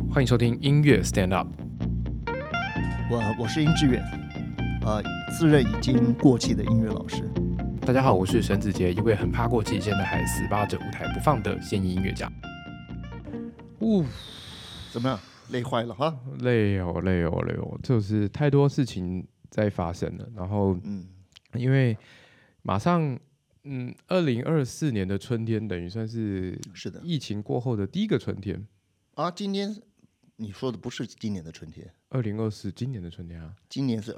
欢迎收听音乐 Stand Up。 我是殷志远，自认已经过气的音乐老师。 大家好，我是沈子杰，一位很怕过气，现在还死扒着舞台不放的现役音乐家。 怎么样？累坏了哈？ 累哦，就是太多事情在发生了。然后，因为马上，2024年的春天等于算是疫情过后的第一个春天啊。今年你说的不是今年的春天 ，2024今年的春天啊， 今年是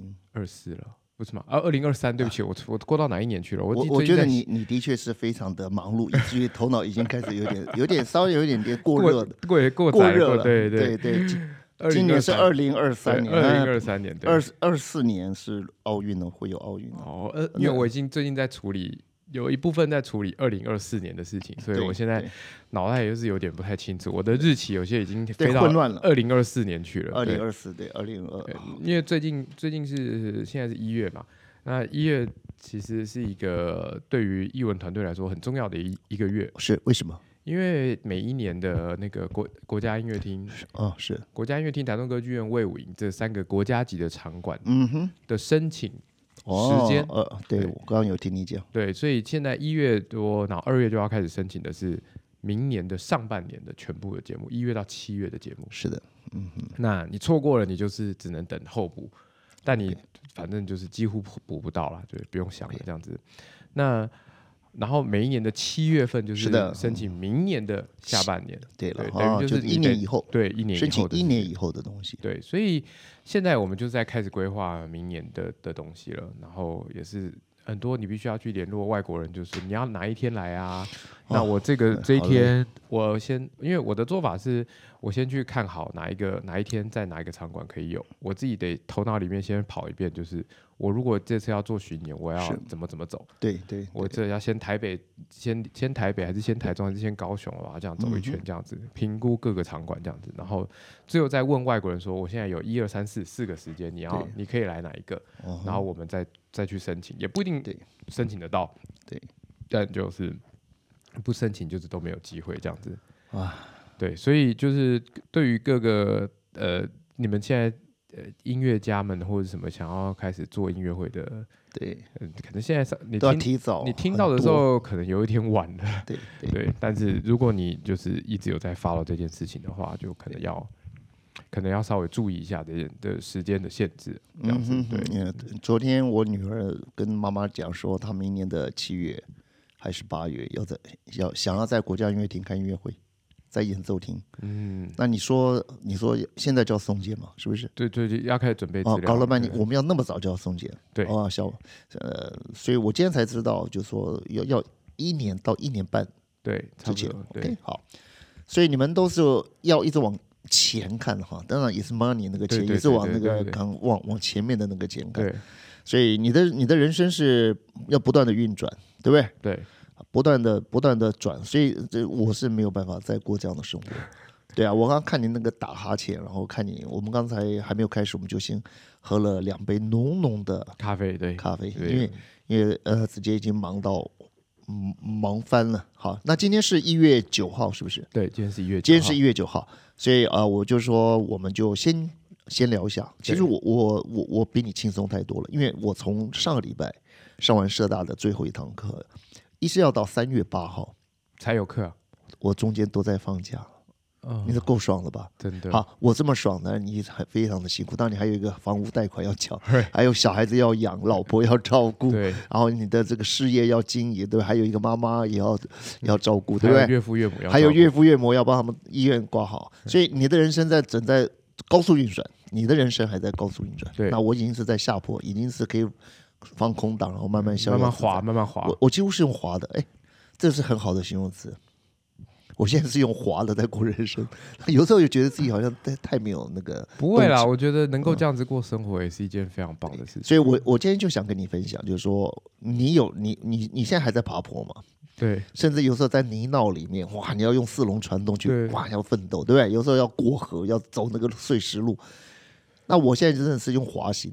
2024 了。不是吗？2023，对不起，我过到哪一年去了？ 我觉得你的确是非常的忙碌，以至于头脑已经开始稍微有点过热的， 过热了。对。 今年是2023年 ，2023年，对 ，24年是奥运呢，会有奥运哦。因为我最近在处理，有一部分在处理2024年的事情，所以我现在脑袋就是有点不太清楚，我的日期有些已经飞到2024年去了。 2024对2022， 因为最近是现在是1月嘛，那1月其实是一个对于艺文团队来说很重要的一个月。 是为什么？ 因为每一年的那个国家音乐厅是国家音乐厅、台中歌剧院、卫武营这3个国家级的场馆的申请时间， 对，我刚刚有听你讲， 对，所以现在1月多，然后2月就要开始申请的是明年的上半年的全部的节目，1月到7月的节目。 是的， 那你错过了，你就是只能等候补，但你反正就是几乎补不到了，对，不用想了这样子。那然后每一年的7月份就是申请明年的下半年， 对了， 等于就是 1年以后， 对，1年以后申请1年以后的东西， 对，所以现在我们就在开始规划明年的东西了，然后也是很多你必须要去联络外国人，就是你要哪一天来啊？那我这一天，因为我的做法是，我先去看好哪一天在哪一个场馆可以有，我自己得头脑里面先跑一遍，就是我如果这次要做巡演，我要怎么走？ 对， 我这要先台北，先台北还是先台中还是先高雄啊？这样走一圈，这样子评估各个场馆这样子，然后最后再问外国人说，我现在有1、2、3、4个时间，你可以来哪一个？然后我们再去申请，也不一定申请得到， 对， 但就是不申请就是都没有机会这样子对，所以就是对于各个你们现在音乐家们或者什么想要开始做音乐会的， 对， 可能现在都要提早， 你听到的时候可能有一点晚了， 对， 但是如果你就是一直有在 follow 这件事情的话，就可能要稍微注意一下的时间的限制，这样子。对， 昨天我女儿跟妈妈讲说，她明年的7月还是8月想要在国家音乐厅开音乐会，在演奏厅。那你说现在就要送件嘛？是不是？ 对，要开始准备资料。 搞了半天，我们要那么早就要送件。 对， 所以我今天才知道，就是说要1年到1年半之前。 对， 好。所以你们都是要一直往前看哈，当然也是 money 那个钱，也是往那个往前面的那个钱看。 对， 所以你的人生是要不断的运转，对不对？ 对， 不断的转，所以我是没有办法再过这样的生活。对啊，我刚刚看你那个打哈欠，然后我们刚才还没有开始，我们就先喝了2杯浓浓的咖啡， 因为子杰已经忙翻了。好，那今天是1月9号，是不是？ 对，今天是1 月9号，所以我就说我们就先聊一下。其实我比你轻松太多了，因为我从上个礼拜上完社大的最后一堂课，一直要到3月8号才有课， 我中间都在放假。你是够爽的吧？ 真的。 好，我这么爽的，你非常的辛苦。当然你还有一个房屋贷款要缴，还有小孩子要养，老婆要照顾， 对， 然后你的这个事业要经营，对，还有一个妈妈也要照顾，对不对？ 还有岳父岳母要帮他们医院挂好，所以你的人生正在高速运转，你的人生还在高速运转。 对， 那我已经是在下坡，已经是可以放空档，然后慢慢滑。 我几乎是用滑的，这是很好的形容词。我现在是用滑的在过人生，有时候又觉得自己好像太没有那个。 不会啦，我觉得能够这样子过生活也是一件非常棒的事情。 所以我今天就想跟你分享，就是说你现在还在爬坡嘛？ 对， 甚至有时候在泥淖里面，哇，你要用4轮传动去，哇，要奋斗，对不对？有时候要过河，要走那个碎石路。那我现在真的是用滑行的，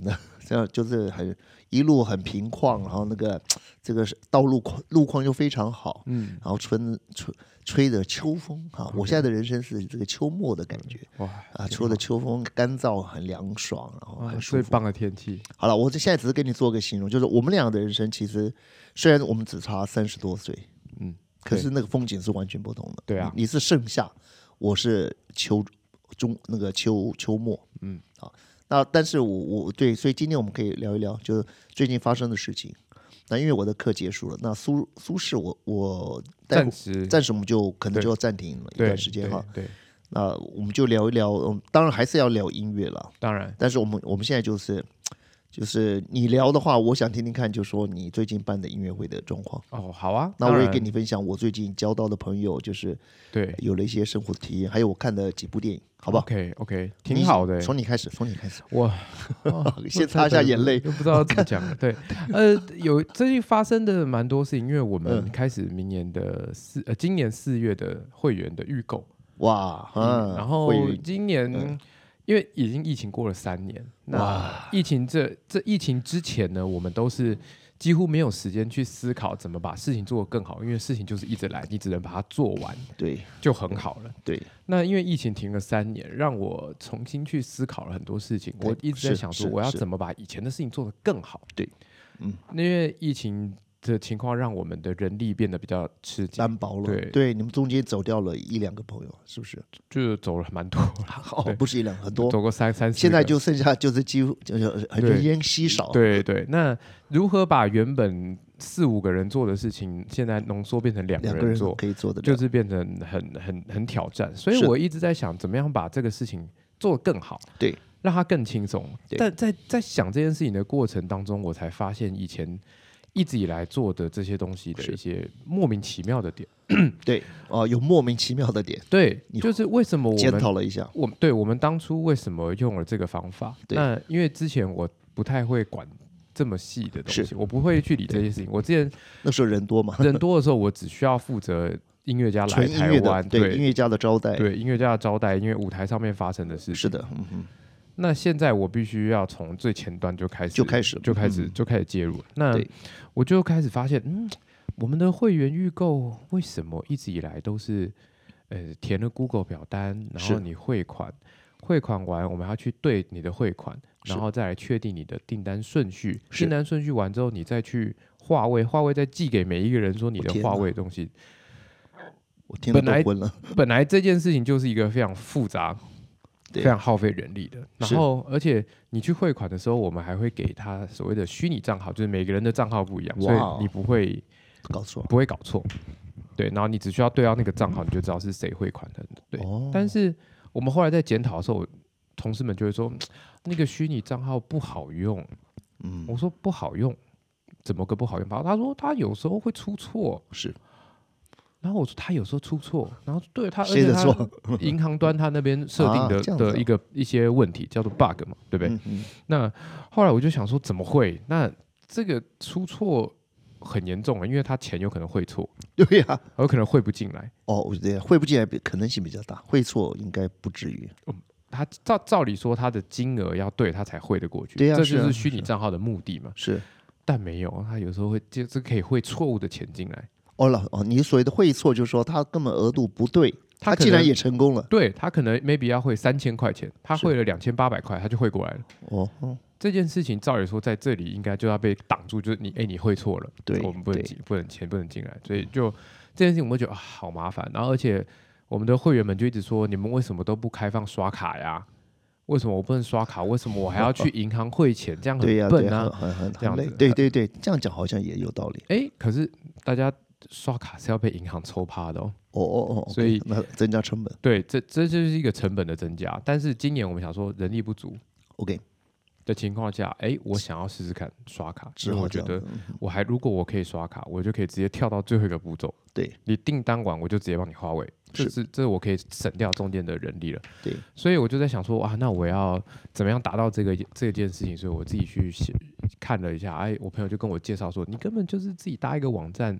这样就是一路很平旷，然后这个道路况又非常好，然后吹着秋风啊，我现在的人生是这个秋末的感觉， 哇吹着秋风干燥很凉爽，然后很舒服， 最棒的天气。 好了，我现在只是跟你做个形容，就是我们俩的人生其实虽然我们只差30多岁，可是那个风景是完全不同的。 对啊， 你是盛夏，我是秋末，那但是对，所以今天我们可以聊一聊，就是最近发生的事情。那因为我的课结束了，那苏轼我暂时我们就可能就要暂停了一段时间哈。 对， 那我们就聊一聊，当然还是要聊音乐了， 当然。 但是我们现在就是你聊的话，我想听听看，就说你最近办的音乐会的状况。 哦，好啊。 那我也跟你分享我最近交到的朋友，就是有了一些生活的体验，还有我看的几部电影，好不好 ？OK， 挺好的。 从你开始。 哇， 先擦一下眼泪， 又不知道怎么讲了。对，有最近发生的蛮多事情，因为我们开始明年的今年4月的会员的预购。 哇， 然后今年。因为已经疫情过了3年，那疫情这疫情之前呢，我们都是几乎没有时间去思考怎么把事情做得更好，因为事情就是一直来，你只能把它做完， 对， 就很好了。 对。 那因为疫情停了3年，让我重新去思考了很多事情。我一直在想说，我要怎么把以前的事情做得更好。 对， 因为疫情的情况让我们的人力变得比较吃紧， 单薄了。对，你们中间走掉了1-2个朋友，是不是？ 就走了蛮多， 不是1-2，很多， 走过3-4个。 现在就剩下就是几乎就是人烟稀少。 对，那如何把原本4-5个人做的事情，现在浓缩变成2个人做， 可以做的， 就是变成很挑战。所以我一直在想，怎么样把这个事情做得更好， 对， 让它更轻松。但在想这件事情的过程当中，我才发现以前一直以来做的这些东西的一些莫名其妙的点。 对，有莫名其妙的点。 对，就是为什么我们检讨了一下， 我们当初为什么用了这个方法？那因为之前我不太会管这么细的东西，我不会去理这些事情。我之前那时候人多嘛， 人多的时候，我只需要负责音乐家来台湾， 对音乐家的招待， 对音乐家的招待，因为舞台上面发生的事情。 是的， 那现在我必须要从最前端就开始介入。那我就开始发现，我们的会员预购为什么一直以来都是填了 Google 表单，然后你汇款完，我们要去对你的汇款，然后再来确定你的订单顺序。订单顺序完之后，你再去划位再寄给每一个人说你的划位的东西。 我听得都昏了。 本来这件事情就是一个非常复杂、非常耗费人力的。然后，而且你去汇款的时候，我们还会给他所谓的虚拟账号，就是每个人的账号不一样，所以你不会搞错。对，然后你只需要对到那个账号，你就知道是谁汇款的。对，但是我们后来在检讨的时候，同事们就会说那个虚拟账号不好用。我说不好用，怎么个不好用法？他说他有时候会出错。 是。 然后我说他有时候出错，然后对他，而且他银行端他那边设定的一些问题叫做 bug 嘛，对不对？那后来我就想说怎么会？那这个出错很严重了，因为他钱有可能汇错， 对呀， 有可能汇不进来。 对，汇不进来可能性比较大，汇错应该不至于。 他照理说他的金额要对他才汇得过去， 对呀， 这就是虚拟账号的目的嘛。 是， 但没有，他有时候会就是可以汇错误的钱进来。 你所谓的汇错，就是说他根本额度不对，他竟然也成功了。 对，他可能 maybe 要汇3000块钱，他汇了2800块，他就汇过来了。这件事情照理说在这里应该就要被挡住，就是你汇错了， 对， 我们钱不能进来，所以就这件事情我们觉得好麻烦。然后而且我们的会员们就一直说，你们为什么都不开放刷卡呀？为什么我不能刷卡？为什么我还要去银行汇钱？这样很笨啊， 这样子。对，这样讲好像也有道理。 可是大家刷卡是要被银行抽趴的所以那增加成本。 对，这就是一个成本的增加。但是今年我们想说人力不足的情况下，我想要试试看刷卡，因为我觉得如果我可以刷卡，我就可以直接跳到最后一个步骤。 对， 你订单完我就直接帮你划位，这我可以省掉中间的人力了。 对， 所以我就在想说，那我要怎么样达到这件事情？所以我自己去看了一下，我朋友就跟我介绍说，你根本就是自己搭一个网站。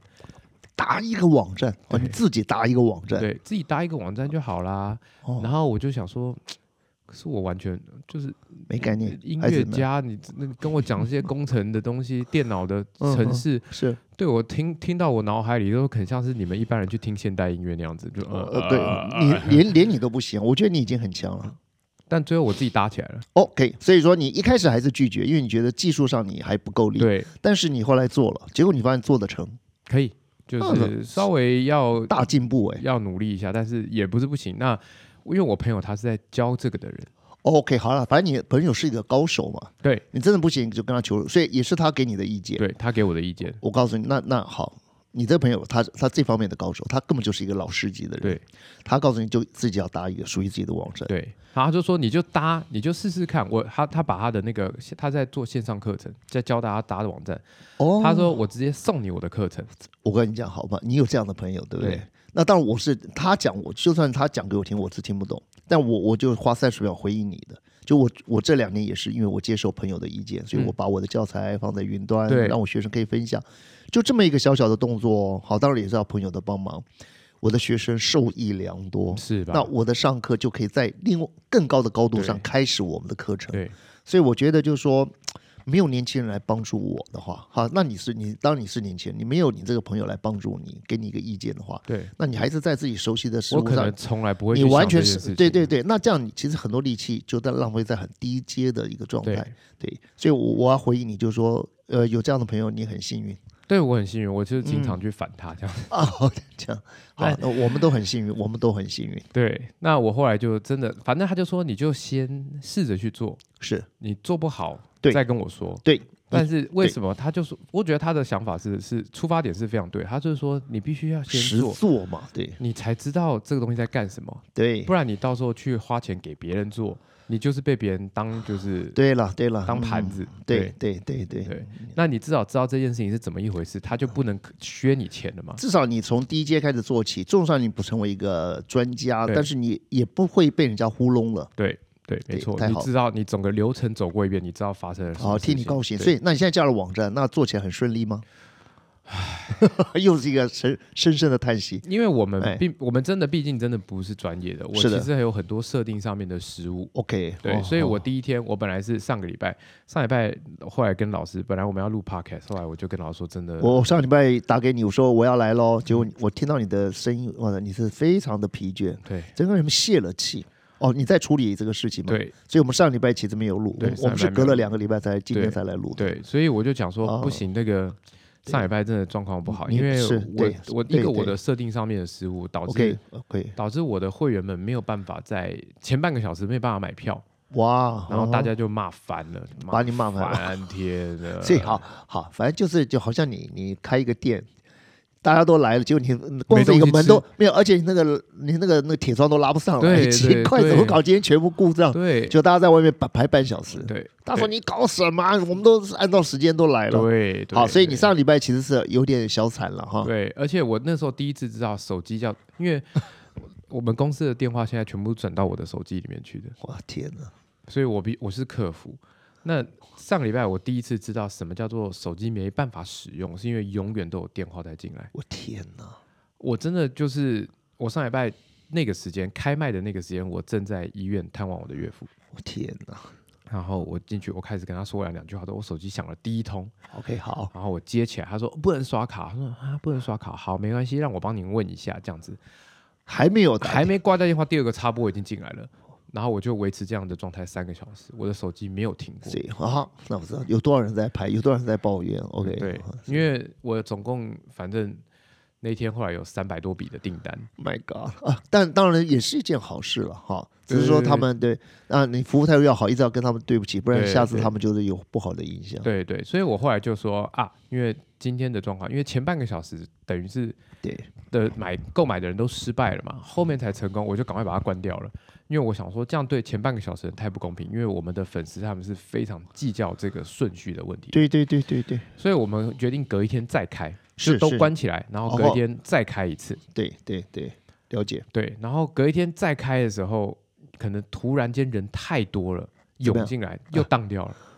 你自己搭一个网站， 对，自己搭一个网站就好啦。然后我就想说， 可是我完全就是没概念。 音乐家，你跟我讲这些工程的东西，电脑的程式， 是对我听到我脑海里都很像是你们一般人去听现代音乐那样子，就对你连你都不行，我觉得你已经很强了。 但最后我自己搭起来了。 OK， 所以说你一开始还是拒绝，因为你觉得技术上你还不够力。 对， 但是你后来做了，结果你发现做得成， 可以，就是稍微要大进步要努力一下，但是也不是不行。那因为我朋友他是在教这个的人。 OK， 好了，反正你朋友是一个高手嘛， 对你真的不行就跟他求，所以也是他给你的意见。 对，他给我的意见。 我告诉你，那好。你这朋友他这方面的高手，他根本就是一个老司机的人。 对， 他告诉你就自己要搭一个属于自己的网站。 对，然后他就说你就搭，你就试试看。他把他的那个他在做线上课程，在教大家搭的网站。 哦， 他说我直接送你我的课程。 我跟你讲好吧，你有这样的朋友对不对？ 对， 那当然他讲我就算他讲给我听，我是听不懂，但我就花30秒回应你的。就我这2年也是因为我接受朋友的意见，所以我把我的教材放在云端，让我学生可以分享。就这么一个小小的动作，好，当然也是要朋友的帮忙。我的学生受益良多， 是吧？ 那我的上课就可以在更高的高度上开始我们的课程。 对， 所以我觉得就是说，没有年轻人来帮助我的话，好，那当然你是年轻人，你没有你这个朋友来帮助你，给你一个意见的话， 对， 那你还是在自己熟悉的事物上， 我可能从来不会去你完全是对，那这样你其实很多力气就在浪费在很低阶的一个状态。对，所以我要回应你，就是说，有这样的朋友，你很幸运。 对，我很幸运，我就是经常去反他这样。 这样好，我们都很幸运，我们都很幸运。 对，那我后来就真的，反正他就说，你就先试着去做， 是你做不好再跟我说。 对， 但是为什么他就说？我觉得他的想法是出发点是非常对，他就是说你必须要先实做嘛，对， 你才知道这个东西在干什么。 对， 不然你到时候去花钱给别人做。你就是被别人当就是对了当盘子。 对， 那你至少知道这件事情是怎么一回事，他就不能削你钱了嘛。 至少你从第一阶开始做起，就算你不成为一个专家，但是你也不会被人家糊弄了。 对，没错，你知道你整个流程走过一遍，你知道发生了什么事情。 好，替你高兴。所以，那你现在架了网站，那做起来很顺利吗？又是一个深深的叹息。 因为我们毕竟真的不是专业的，我其实还有很多设定上面的失误。 OK， 对，所以我第一天我本来是上礼拜后来跟老师，本来我们要录 podcast， 后来我就跟老师说，真的， 我上礼拜打给你，我说我要来咯，结果我听到你的声音，哇，你是非常的疲倦， 对， 整个人泄了气。哦，你在处理这个事情吗？ 对， 所以我们上礼拜其实没有录，我们是隔了2个礼拜今天才来录。 对，所以我就讲说不行，那个上礼拜真的状况不好，因为我的设定上面的失误，导致我的会员们没有办法在前半个小时没有办法买票。 哇！ 然后大家就骂翻了， 把你骂翻天了。 所以好，反正就好像你开一个店。大家都来了，结果你光是一个门都没有，而且你那个铁窗都拉不上来，奇怪，怎么搞？今天全部故障， 对， 就大家在外面排半小时。 对， 他说你搞什么？我们都是按照时间都来了。 对， 好，所以你上礼拜其实是有点小惨了哈。 对，而且我那时候第一次知道手机因为我们公司的电话现在全部转到我的手机里面去的。 哇，天哪！ 所以我是客服。那上个礼拜我第一次知道什么叫做手机没办法使用，是因为永远都有电话在进来。 我天哪！ 我真的就是我上礼拜那个时间开麦的那个时间，我正在医院探望我的岳父。 我天哪！ 然后我进去，我开始跟他说了2句话，我手机响了第一通。 OK， 好。 然后我接起来，他说不能刷卡。他说不能刷卡，好，没关系，让我帮您问一下，这样子。还没挂掉电话，第2个插播已经进来了。然后我就维持这样的状态3个小时，我的手机没有停过。 那我知道有多少人在拍，有多少人在抱怨。OK， 对，因为我总共反正那天后来有300多笔的订单。 My God 啊！但当然也是一件好事了哈，只是说他们你服务态度要好，一直要跟他们对不起，不然下次他们就是有不好的影响。 对，所以我后来就说因为今天的状况，因为前半个小时等于是购买的人都失败了嘛，后面才成功，我就赶快把它关掉了。因为我想说，这样对前半个小时人太不公平，因为我们的粉丝他们是非常计较这个顺序的问题。 对， 所以我们决定隔一天再开，就都关起来，然后隔一天再开一次。 对，了解。 对，然后隔一天再开的时候，可能突然间人太多了，涌进来又当掉了。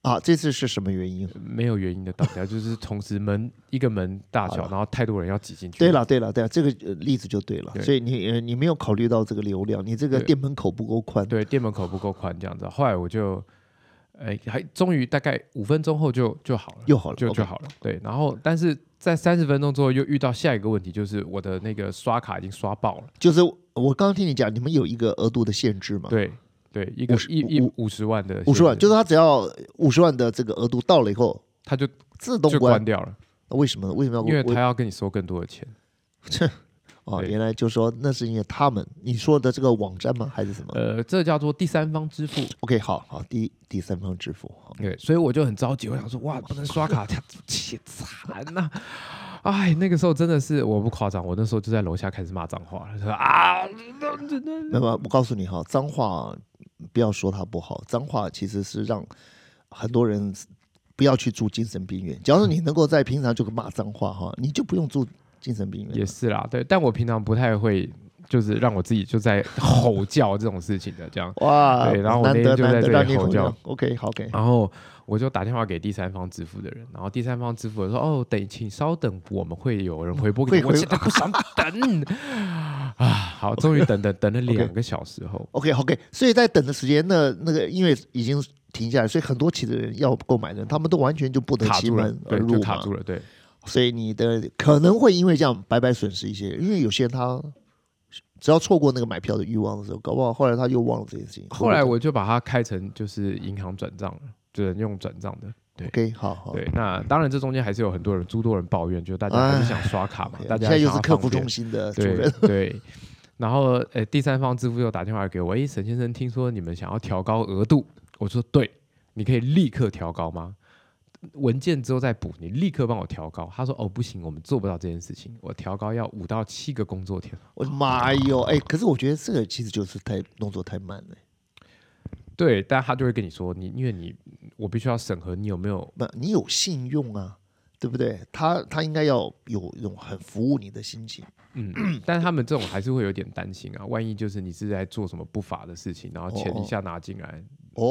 啊，这次是什么原因？ 没有原因的倒掉，就是同时一个门大小，然后太多人要挤进去。 对了，这个例子就对了。 对， 所以你没有考虑到这个流量，你这个店门口不够宽。 对，店门口不够宽这样子。后来我就，还终于大概5分钟后就好了， 又好了， 就好了。对，然后但是在30分钟之后又遇到下一个问题，就是我的那个刷卡已经刷爆了。 就是我刚刚听你讲，你们有一个额度的限制嘛？ 对，一个50万的 50万，就是他只要50万的这个额度到了以后， 他就自动关掉了。 那为什么？为什么要？ 因为他要跟你收更多的钱。 哦，原来就是说那是因为你说的这个网站吗？还是什么？ 这叫做第三方支付。 OK， 好，第三方支付。 对，所以我就很着急，我想说，哇，不能刷卡，凄惨呐！哎，那个时候真的是我不夸张，我那时候就在楼下开始骂脏话了，说啊， 那么我告诉你哈，脏话不要说它不好，脏话其实是让很多人不要去住精神病院。假如你能够在平常就骂脏话哈，你就不用住精神病院。 也是啦，对，但我平常不太会，就是让我自己就在吼叫这种事情的这样。 哇， 对，然后我那天就在这里吼叫。 OK， 然后我就打电话给第三方支付的人，然后第三方支付的说：“哦，请稍等，我们会有人回拨给你。”我现在不想等啊！好，终于等了2个小时后。 OK， 所以在等的时间，那个因为已经停下来，所以很多其实人要购买的人，他们都完全就不得其门而入嘛， 就卡住了，对。 所以你的可能会因为这样白白损失一些，因为有些人他只要错过那个买票的欲望的时候，搞不好后来他又忘了这件事情。 后来我就把它开成就是银行转账了，只能用转账的。对 ，OK， 好。 对，那当然这中间还是有很多人诸多人抱怨，就大家还是想刷卡嘛，大家现在又是客服中心的主任。 对。然后第三方支付又打电话给我，沈先生，听说你们想要调高额度，我说对，你可以立刻调高吗？文件之后再补，你立刻帮我调高。他说：“哦，不行，我们做不到这件事情，我调高要5到7个工作天。” 我的妈哟！可是我觉得这个其实就是动作太慢了。 对，但他就会跟你说，因为我必须要审核你有没有， 你有信用啊，对不对？他应该要有一种很服务你的心情。 但是他们这种还是会有点担心啊，万一就是你是在做什么不法的事情，然后钱一下拿进来。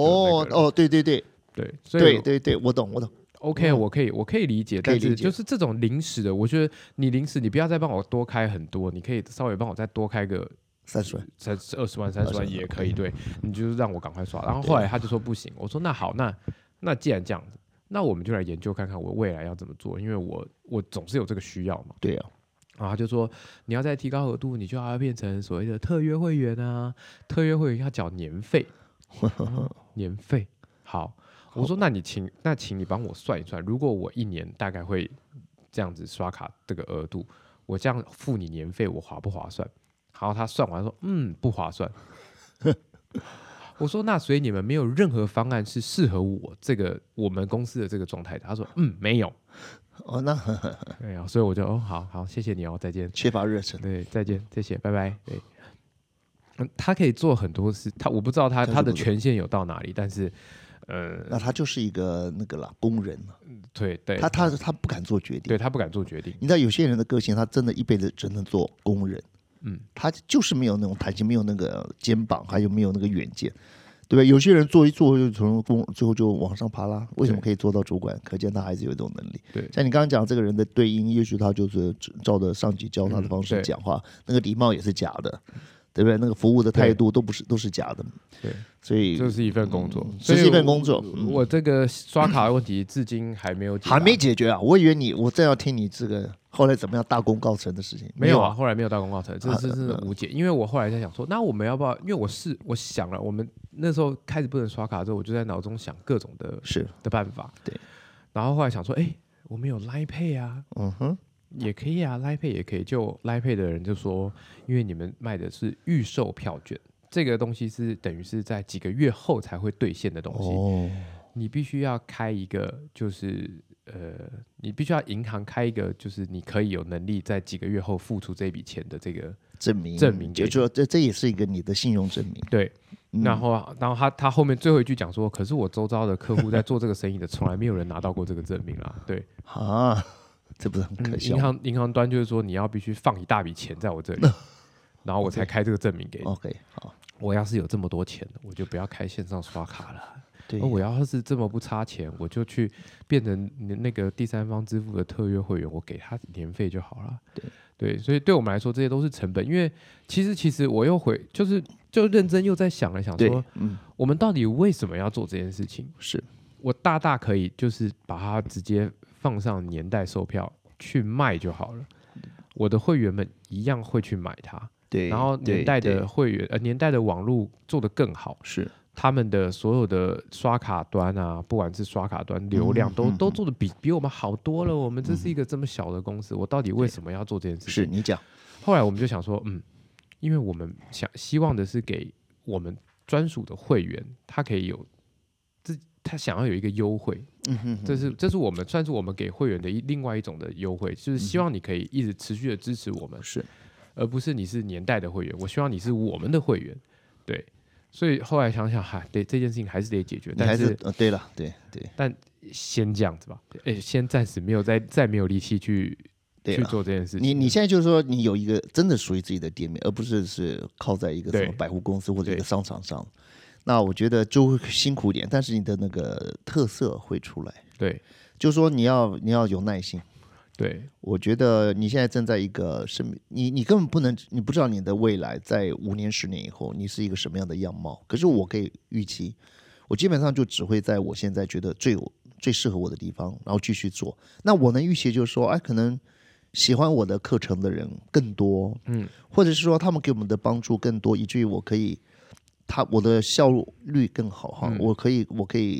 对，所以对，我懂。 OK，我可以理解，但是就是这种临时的，我觉得你临时你不要再帮我多开很多，你可以稍微帮我再多开个 30万、 20万、30万也可以，对，你就是让我赶快刷。然后后来他就说不行，我说那好，那既然这样子，那我们就来研究看看我未来要怎么做，因为我总是有这个需要嘛。 对啊。 然后他就说你要再提高额度，你就要变成所谓的特约会员啊，特约会员要缴年费，年费好。我说那请你帮我算一算，如果我1年大概会这样子刷卡这个额度，我这样付你年费，我划不划算？然后他算完说不划算。我说那所以你们没有任何方案是适合我们公司的这个状态的？他说没有。 那对啊，所以我就好，谢谢你哦，再见。 缺乏热忱。 对，再见，谢谢，拜拜。对，他可以做很多事，我不知道他的权限有到哪里，但是。 那他就是一个那个啦，工人。 对， 他不敢做决定， 对他不敢做决定。 你知道有些人的个性，他真的一辈子只能做工人。他就是没有那种弹性，没有那个肩膀，还有没有那个远见，对吧？有些人做一做就从最后就往上爬啦。为什么可以做到主管？可见他还是有这种能力。 对， 像你刚刚讲这个人的对应，也许他就是照着上级教他的方式讲话，那个礼貌也是假的。对不对？那个服务的态度都是假的。 对， 所以这是一份工作， 这是一份工作。 我这个刷卡的问题至今还没有解决啊！我以为我正要听你这个后来怎么样大功告成的事情。 没有啊，后来没有大功告成，这是无解。因为我后来在想说，那我们要不要？因为我想了，我们那时候开始不能刷卡之后，我就在脑中想各种的办法。 对， 然后后来想说，我们有 Line Pay 啊。也可以啊 ，Line Pay 也可以。就 Line Pay 的人就说，因为你们卖的是预售票券，这个东西是等于是在几个月后才会兑现的东西。你必须要开一个，就是你必须要银行开一个，就是你可以有能力在几个月后付出这笔钱的这个证明， 就说这也是一个你的信用证明。 对，然后他后面最后一句讲说，可是我周遭的客户在做这个生意的，从来没有人拿到过这个证明啦。对啊。这不是很可笑？ 银行端就是说，你要必须放一大笔钱在我这里，然后我才开这个证明给你。 OK， 好， 我要是有这么多钱，我就不要开线上刷卡了。 对， 我要是这么不差钱，我就去变成那个第三方支付的特约会员，我给他年费就好了。对，所以对我们来说，这些都是成本。因为其实我又就认真又在想了想说，我们到底为什么要做这件事情？ 是我大可以就是把它直接放上年代售票去卖就好了，我的会员们一样会去买它。 对， 然后年代的会员年代的网络做得更好， 是他们的所有的刷卡端啊，不管是刷卡端流量都做得比我们好多了。我们这是一个这么小的公司，我到底为什么要做这件事情？ 是你讲。 后来我们就想说，因为我们希望的是给我们专属的会员，他可以有他想要有一个优惠，这是我们算是我们给会员的另外一种的优惠，就是希望你可以一直持续的支持我们， 是， 而不是你是年代的会员，我希望你是我们的会员，对。所以后来想想，对这件事情还是得解决，但是对了，对， 但先这样子吧，先暂时没有再没有力气去做这件事情。 你现在就是说，你有一个真的属于自己的店面，而不是靠在一个什么百货公司或者一个商场上。那我觉得就会辛苦一点，但是你的那个特色会出来。 对， 就是说你要有耐心。 对， 我觉得你现在正在一个你根本不能，你不知道你的未来在5年10年以后你是一个什么样的样貌。可是我可以预期，我基本上就只会在我现在觉得最适合我的地方，然后继续做。那我能预期就是说，可能喜欢我的课程的人更多，或者是说他们给我们的帮助更多，以至于我可以。我的效率更好哈，我可以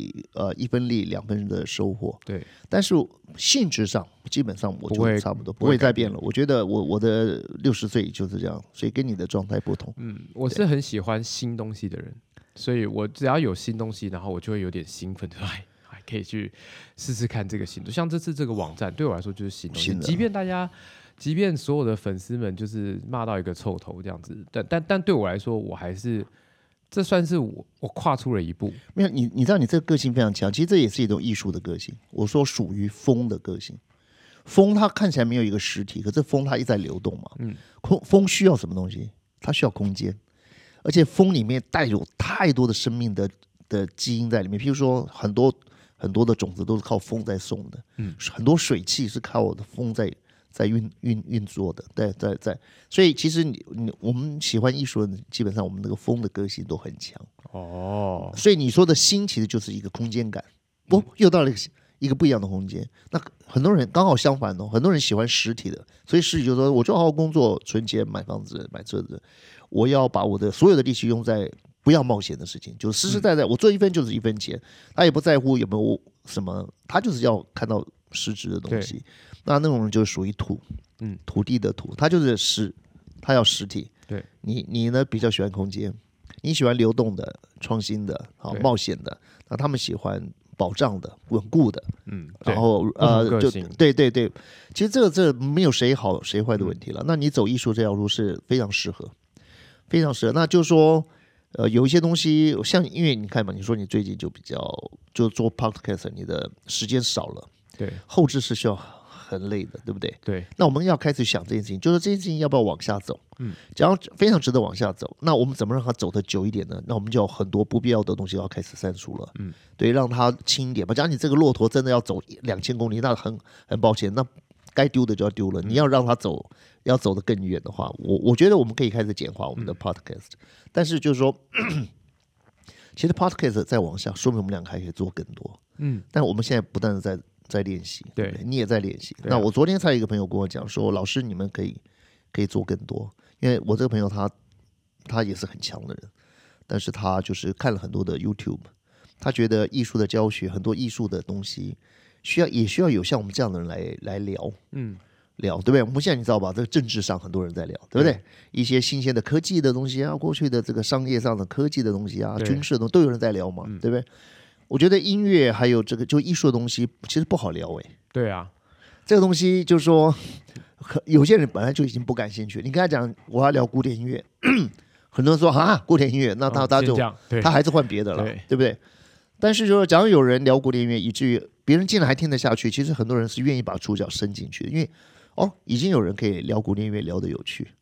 1分力2分的收获。 对， 但是性质上基本上我就差不多不会再变了。我觉得我的60岁就是这样，所以跟你的状态不同。 我是很喜欢新东西的人，所以我只要有新东西，然后我就会有点兴奋，还可以去试试看这个新东西。像这次这个网站对我来说就是新东西，即便所有的粉丝们就是骂到一个臭头这样子，但对我来说，我还是。这算是我跨出了一步。 没有你知道，你这个个性非常强，其实这也是一种艺术的个性。我说属于风的个性，风它看起来没有一个实体，可是风它一直在流动嘛。风需要什么东西？它需要空间，而且风里面带有太多的生命的基因在里面。譬如说，很多的种子都是靠风在送的，很多水汽是靠我的风在运作的，在，所以其实我们喜欢艺术人，基本上我们那个风的个性都很强哦。所以你说的心其实就是一个空间感，又到了一个不一样的空间。那很多人刚好相反哦，很多人喜欢实体的，所以实体就是说，我就好好工作、存钱、买房子、买车子，我要把我的所有的力气用在不要冒险的事情，就是实实在在，我做1分就是1分钱，他也不在乎有没有什么，他就是要看到实质的东西。那种人就属于土地的土，他就是他要实体。 对， 你呢比较喜欢空间，你喜欢流动的、创新的、冒险的，那他们喜欢保障的、稳固的。然后就对，其实这没有谁好谁坏的问题了。那你走艺术这条路是非常适合，非常适合。那就是说，有一些东西像，因为你看嘛，你说你最近就做 podcast， 你的时间少了， 对， 后置是需要很累的，对不对？ 对。 那我们要开始想这件事情，就是这件事情要不要往下走？假如非常值得往下走，那我们怎么让它走得久一点呢？那我们就有很多不必要的东西要开始删除了。对，让它轻一点吧。假如你这个骆驼真的要走2000公里，那很抱歉，那该丢的就要丢了。你要让它要走得更远的话，我觉得我们可以开始简化我们的 podcast。但是就是说，其实 podcast 再往下，说明我们两个还可以做更多。但我们现在不但是在练习，对，你也在练习。那我昨天才有一个朋友跟我讲说，老师你们可以做更多，因为我这个朋友他也是很强的人，但是他就是看了很多的 YouTube， 他觉得艺术的教学很多艺术的东西也需要有像我们这样的人来聊，聊，对不对？我们现在你知道吧，这个政治上很多人在聊，对不对？一些新鲜的科技的东西啊，过去的这个商业上的科技的东西啊，军事的东西都有人在聊嘛，对不对？我觉得音乐还有这个就艺术的东西其实不好聊对啊， 这个东西就是说，有些人本来就已经不感兴趣。你跟他讲我要聊古典音乐，很多人说古典音乐，那他还是换别的了，对不对？但是说，假如有人聊古典音乐，以至于别人竟然还听得下去，其实很多人是愿意把触角伸进去的，因为已经有人可以聊古典音乐聊得有趣，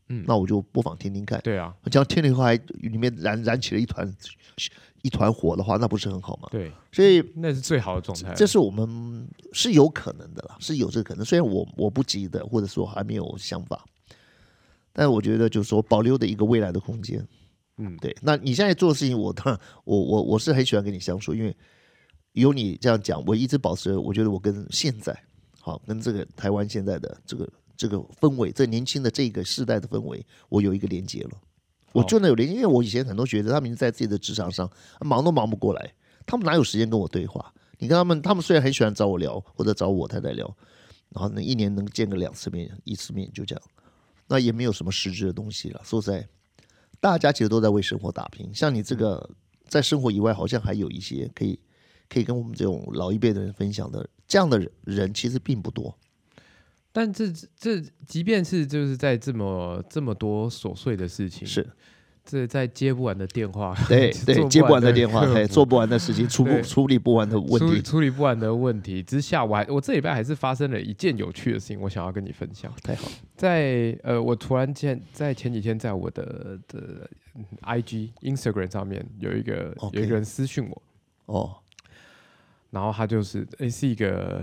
那我就不妨听听看。 对啊， 这样听了以后还里面燃起了一团火的话，那不是很好吗？ 对， 所以那是最好的状态。 这是我们是有可能的啦，是有这个可能。虽然我不急的，或者说还没有想法，但我觉得就是说保留的一个未来的空间。对。那你现在做的事情，我当然我是很喜欢跟你相处，因为有你这样讲，我一直保持，我觉得我跟现在好跟这个台湾现在的这个氛围，这年轻的这个世代的氛围，我有一个连接了。我真的有连接，因为我以前很多学生，他们在自己的职场上忙都忙不过来，他们哪有时间跟我对话？你跟他们虽然很喜欢找我聊，或者找我太太聊，然后呢一年能见个2次面、1次面就这样，那也没有什么实质的东西了。说实在，大家其实都在为生活打拼。像你这个在生活以外，好像还有一些可以跟我们这种老一辈的人分享的，这样的人其实并不多。 但这即便是就是在这么多琐碎的事情， 是这在接不完的电话， 对接不完的电话，做不完的事情，处理不完的问题， 处理不完的问题之下，我这礼拜还是发生了一件有趣的事情，我想要跟你分享。 太好了。 在我突然间在前几天在我的IG Instagram 上面有一个人私讯我，然后他就是一个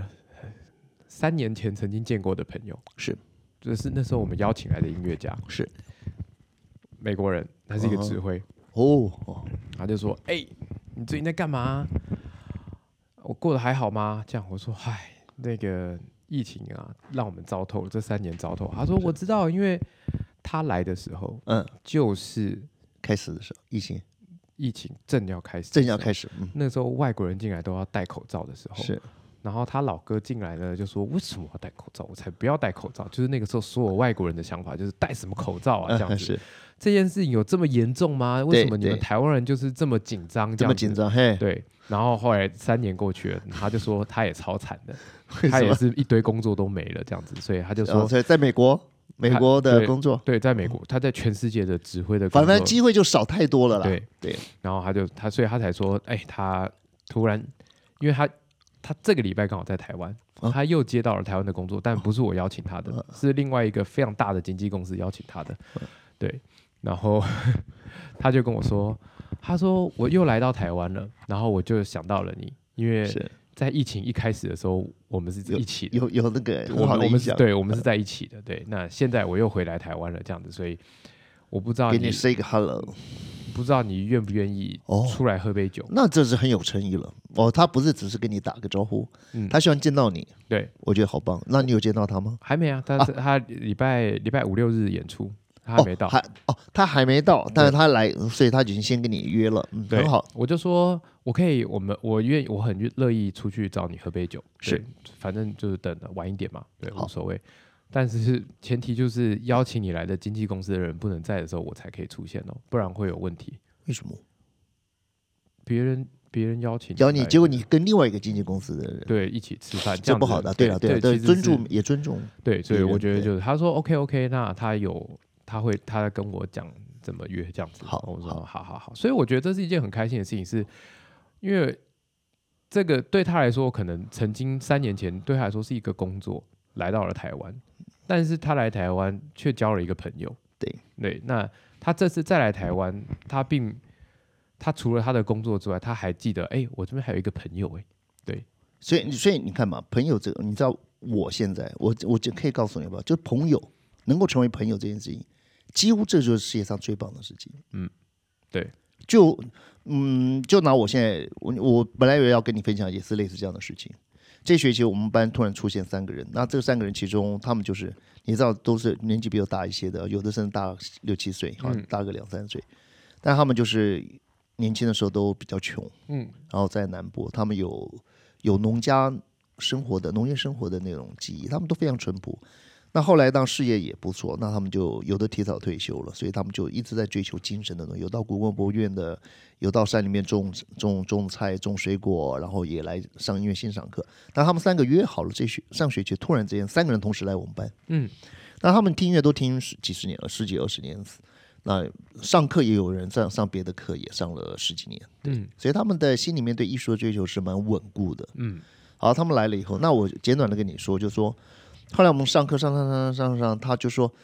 3年前曾经见过的朋友，就是那时候我们邀请来的音乐家， 是美国人，他是一个指挥。他就说：“你最近在干嘛？我过得还好吗？”这样我说：“那个疫情啊，让我们糟透了，这3年糟透。”他说：“我知道，因为他来的时候，就是开始的时候， 疫情正要开始，那时候外国人进来都要戴口罩的时候， 是。 然后他老哥进来呢，就说：为什么要戴口罩？我才不要戴口罩！就是那个时候，所有外国人的想法就是戴什么口罩啊？这样子。这件事情有这么严重吗？为什么你们台湾人就是这么紧张？ 这么紧张？嘿， 对。然后后来3年过去了，他就说他也超惨的，他也是一堆工作都没了这样子，所以他就说， 所以在美国的工作， 对，在美国，他在全世界的指挥的工作， 反正机会就少太多了啦。 对。然后所以他才说，他突然，因为他这个礼拜刚好在台湾，他又接到了台湾的工作，但不是我邀请他的，是另外一个非常大的经纪公司邀请他的，对。然后他就跟我说，他说我又来到台湾了，然后我就想到了你，因为在疫情一开始的时候，我们是一起的， 有那个很好的印象， 我们是在一起的，对。那现在我又回来台湾了，这样子，所以我不知道给你 say 个 hello。 不知道你愿不愿意出来喝杯酒？ 那这是很有诚意了他不是只是跟你打个招呼，他希望见到你。 对， 我觉得好棒。那你有见到他吗？ 还没啊，他礼拜5、6日演出，他还没到。 他还没到，但是他来，所以他已经先跟你约了，很好。 我就说我可以，我很乐意出去找你喝杯酒，是，反正就是等晚一点嘛，对，无所谓。但是前提就是邀请你来的经纪公司的人不能在的时候，我才可以出现不然会有问题。 为什么？ 别人邀请你，结果你跟另外一个经纪公司的人对一起吃饭， 这不好的。对，尊重。 对，所以我觉得就是他说 OK， 那他跟我讲怎么约这样子。 好， 我说好。所以我觉得这是一件很开心的事情，是因为这个对他来说，可能曾经3年前对他来说是一个工作。来到了台湾，但是他来台湾却交了一个朋友。对，那他这次再来台湾，他除了他的工作之外，他还记得，我这边还有一个朋友，对， 所以你看嘛，朋友这个，你知道，我现在我就可以告诉你吧，就是朋友能够成为朋友这件事情，几乎这就是世界上最棒的事情。 对， 就拿我现在，我本来以为要跟你分享也是类似这样的事情。这学期我们班突然出现3个人，那这3个人其中，他们就是你知道都是年纪比我大一些的，有的甚至大6、7岁，好像大个2、3岁，但他们就是年轻的时候都比较穷，然后在南部，他们有农业生活的那种记忆，他们都非常淳朴。那后来当事业也不错，那他们就有的提早退休了，所以他们就一直在追求精神的东西，有到故宫博物院的，有到山里面种菜、种水果，然后也来上音乐欣赏课。但他们3个约好了，上学期突然之间3个人同时来我们班，那他们听音乐都听几十年了，10几20年，那上课也有人上别的课也上了10几年，所以他们的心里面对艺术的追求是蛮稳固的，好，他们来了以后，那我简短的跟你说，就说。后来我们上课上，他就说，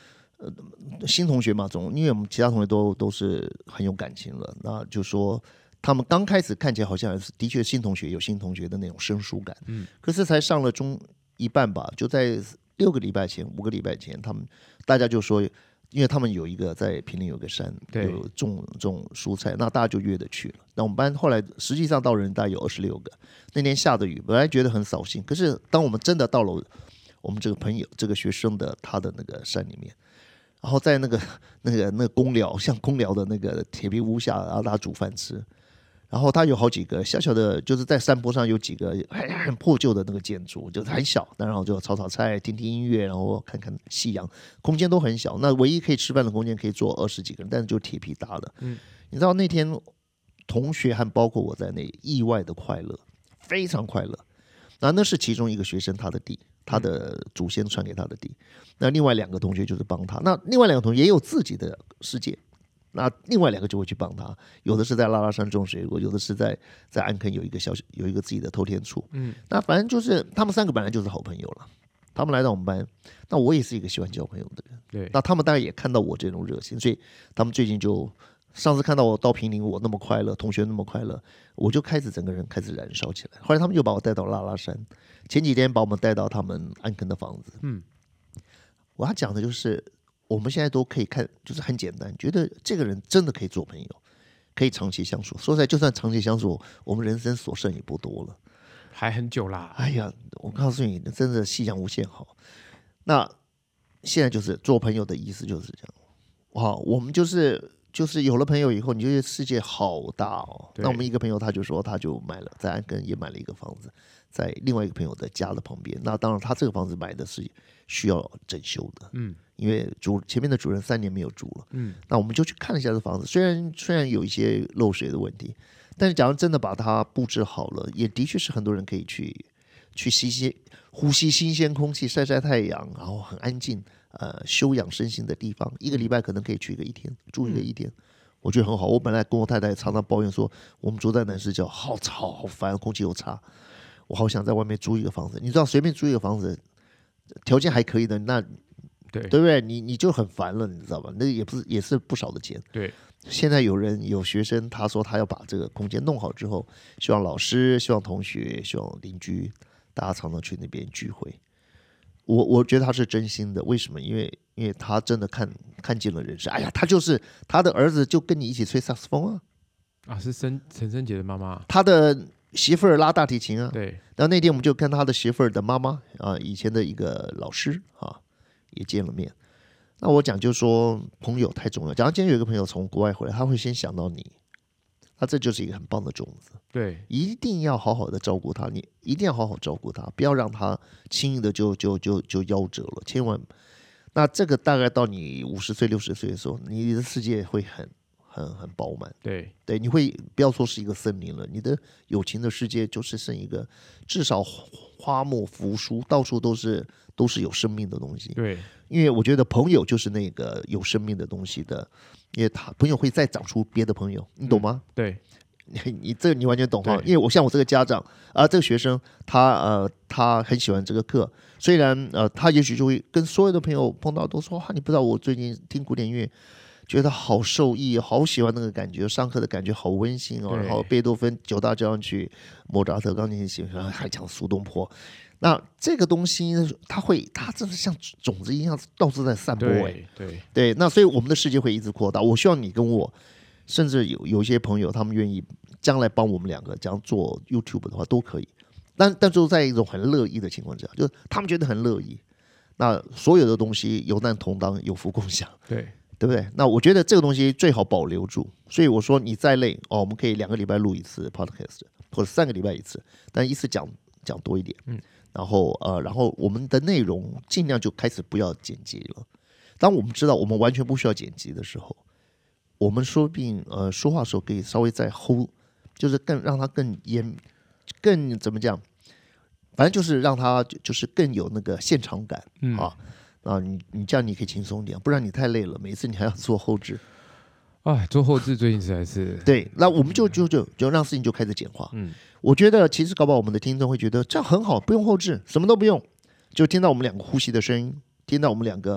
新同学嘛，因为我们其他同学都是很有感情了，那就说他们刚开始看起来好像的确新同学有新同学的那种生疏感，可是才上了中一半吧，就在6个礼拜前、5个礼拜前，大家就说，因为他们有一个在坪林有个山，有种蔬菜，那大家就约着去了。那我们班后来实际上到人大概有26个，那天下的雨，本来觉得很扫兴，可是当我们真的到了我们这个朋友这个学生的他的那个山里面。然后在那个公寮，像公寮的那个铁皮屋下，然后大家煮饭吃。然后他有好几个小小的，就是在山坡上有几个很破旧的那个建筑，就是很小，然后就炒菜、听听音乐，然后看看夕阳，空间都很小。那唯一可以吃饭的空间可以坐20几个人，但是就铁皮搭的。你知道那天同学和包括我在内，意外的快乐，非常快乐。那是其中一个学生他的地。他的祖先传给他的地，那另外2个同学就是帮他，那另外2个同学也有自己的世界，那另外2个就会去帮他，有的是在拉拉山种水果，有的是在安坑有一个自己的透天厝，那反正就是他们3个本来就是好朋友了，他们来到我们班，那我也是一个喜欢交朋友的人， 对， 那他们大概也看到我这种热情，所以他们最近就上次看到我到坪林，我那么快乐，同学那么快乐，我就开始整个人开始燃烧起来。后来他们就把我带到拉拉山，前几天把我们带到他们安坑的房子。我要讲的就是我们现在都可以看，就是很简单，觉得这个人真的可以做朋友，可以长期相处。说实在，就算长期相处，我们人生所剩也不多了， 还很久啦。 哎呀，我告诉你，真的夕阳无限好。那现在就是做朋友的意思就是这样。哇，我们就是有了朋友以后，你就觉得世界好大哦。那我们一个朋友他就说，他就买了在安坑也买了一个房子，在另外一个朋友的家的旁边。那当然，他这个房子买的是需要整修的，因为前面的主人3年没有住了，那我们就去看了一下这房子，虽然有一些漏水的问题，但是假如真的把它布置好了，也的确是很多人可以去呼吸新鲜空气，晒晒太阳，然后很安静。休养身心的地方，1个礼拜可能可以去1天，住1天，我觉得很好。我本来跟我太太常常抱怨说，我们住在南市郊好吵好烦，空气又差，我好想在外面租一个房子。你知道，随便租一个房子，条件还可以的，那对不对？你就很烦了，你知道吧？那也是不少的钱。 对， 现在有学生他说他要把这个空间弄好之后，希望老师、希望同学、希望邻居，大家常常去那边聚会。我觉得他是真心的，为什么？因为他真的看尽了人生。哎呀，他就是他的儿子，就跟你一起吹萨克斯风啊！ 是陈升杰的妈妈， 他的媳妇儿拉大提琴啊。 对。 然后那天我们就跟他的媳妇儿的妈妈以前的一个老师也见了面。那我讲就是说，朋友太重要。假如今天有一个朋友从国外回来，他会先想到你，那这就是一个很棒的种子。 对， 一定要好好的照顾他，你一定要好好照顾他，不要让他轻易的就夭折了，千万。那这个大概到你50岁、60岁的时候，你的世界会很饱满。 对， 你会不要说是一个森林了，你的友情的世界就是剩一个，至少花木扶疏，到处都是有生命的东西。 对， 因为我觉得朋友就是那个有生命的东西的，因为朋友会再长出别的朋友，你懂吗？ 对。 你完全懂哈，因为我这个家长这个学生他很喜欢这个课，虽然他也许就会跟所有的朋友碰到都说你不知道我最近听古典乐觉得好受益，好喜欢那个感觉，上课的感觉好温馨然后贝多芬9大交响曲，莫扎特钢琴协奏，还讲苏东坡。那这个东西它真的像种子一样到处在散播。对，那所以我们的世界会一直扩大。我希望你跟我甚至有一些朋友，他们愿意将来帮我们2个这样做 YouTube 的话，都可以。但就在一种很乐意的情况下，就是他们觉得很乐意。那所有的东西有难同当，有福共享，对不对？那我觉得这个东西最好保留住。所以我说，你再累我们可以2个礼拜录一次 Podcast， 或者3个礼拜一次，但一次讲多一点。然后我们的内容尽量就开始不要剪辑了。当我们知道我们完全不需要剪辑的时候，我们说不定说话的时候可以稍微再 hold， 就是让它更怎么讲，反正就是让它就是更有那个现场感你这样你可以轻松点，不然你太累了，每一次你还要做后置。 做后置最近实在是对，那我们就让事情就开始简化。我觉得其实搞不好我们的听众会觉得这样很好，不用后置，什么都不用，就听到我们2个呼吸的声音，听到我们2个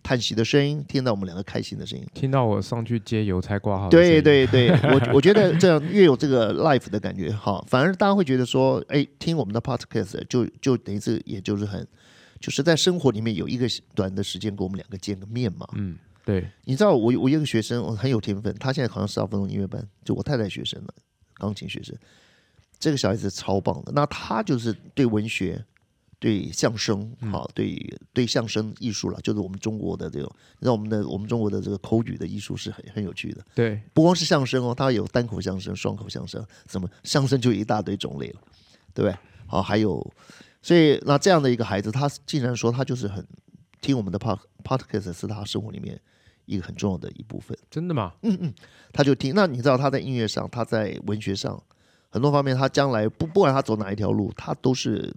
叹息的声音，听到我们两个开心的声音， 听到我上去接邮差挂号的声音。 对，我觉得这样越有这个 life 的感觉哈，反而大家会觉得说，哎，听我们的 podcast 就等于是也就是在生活里面有一个短的时间跟我们两个见个面嘛。 对。 你知道我有一个学生很有天分，他现在考上12分钟音乐班，就我太太学生了，钢琴学生。这个小孩子超棒的，那他就是对文学、对相声，对相声艺术了，就是我们中国的这种，你知道我们中国的这个口语的艺术是很有趣的。 对， 不光是相声哦，它有单口相声、双口相声，什么相声就一大堆种类了，对不对？好，还有，所以那这样的一个孩子，他竟然说他就是很听我们的 podcast 是他生活里面一个很重要的一部分。 真的吗？ 他就听。那你知道他在音乐上，他在文学上。很多方面，他将来不管他走哪一条路，他都是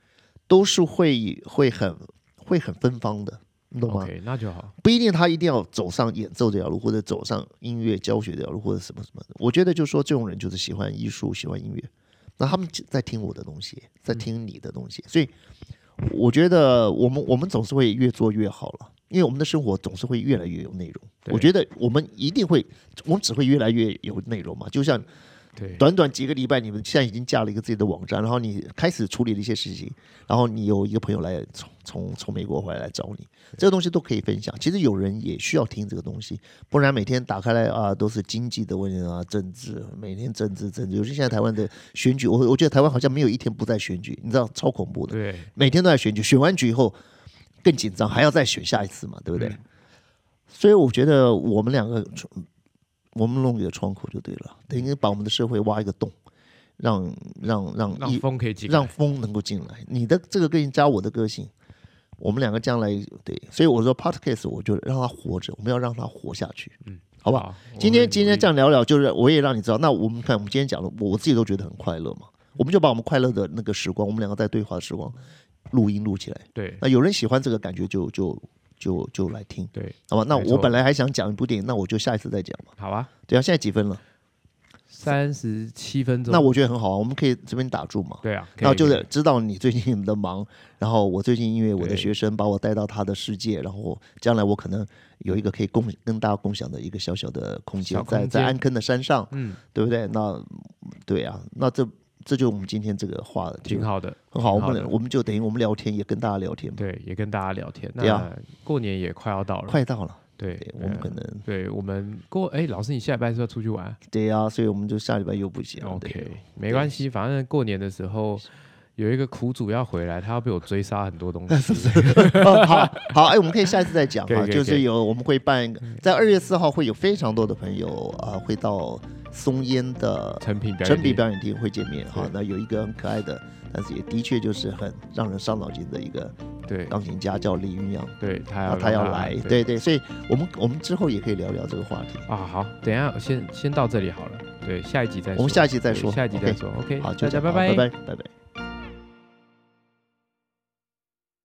会很芬芳的，你懂吗？ OK， 那就好。 不一定他一定要走上演奏这条路，或者走上音乐教学这条路，或者什么什么的。我觉得就是说，这种人就是喜欢艺术，喜欢音乐。那他们在听我的东西，在听你的东西，所以我觉得我们总是会越做越好了，因为我们的生活总是会越来越有内容。我觉得我们只会越来越有内容嘛，就像。短短几个礼拜，你们现在已经架了一个自己的网站，然后你开始处理了一些事情，然后你有一个朋友来从美国回来找你，这个东西都可以分享。其实有人也需要听这个东西，不然每天打开来啊都是经济的问题啊，政治，每天政治。尤其现在台湾的选举，我觉得台湾好像没有一天不在选举，你知道超恐怖的。 对， 每天都在选举，选完举以后更紧张，还要再选下一次嘛，对不对？所以我觉得我们两个。我们弄一个窗口就对了，等于把我们的社会挖一个洞，让风可以进来， 让风能够进来。你的这个个性加我的个性，我们两个将来对，所以我说 podcast 我就让它活着，我们要让它活下去，好不好？今天这样聊聊，就是我也让你知道。那我们看，我们今天讲的，我自己都觉得很快乐嘛，我们就把我们快乐的那个时光，我们两个在对话的时光，录起来。 对， 那有人喜欢这个感觉就来听， 对， 好吧？那我本来还想讲一部电影，那我就下一次再讲嘛。 好啊， 对啊，现在几分了 ？37分钟。 那我觉得很好啊，我们可以这边打住嘛。 对啊， 然后就是知道你最近的忙，然后我最近因为我的学生把我带到他的世界，然后将来我可能有一个可以跟大家共享的一个小小的空间，在安坑的山上，对不对？那对啊，那这就是我们今天这个话挺好的， 很好。我们就等于我们聊天，也跟大家聊天嘛。 对，也跟大家聊天。 对啊， 过年也快要到了， 快到了。 对， 我们可能对我们老师，你下礼拜是要出去玩？ 对啊，所以我们就下礼拜又不行。 OK， 没关系，反正过年的时候有一个苦主要回来，他要被我追杀很多东西。 好，我们可以下一次再讲哈。就是我们会办在2月4号会有非常多的朋友会到松烟的成品表演厅会见面哈。那有一个很可爱的，但是也的确就是很让人伤脑筋的一个钢琴家叫李云阳， 对他要来， 对，所以我们之后也可以聊聊这个话题啊。好，等一下先到这里好了，对，下一集再说。 我们下一集再说， 下一集再说。OK， 好， 大家拜拜。 拜拜。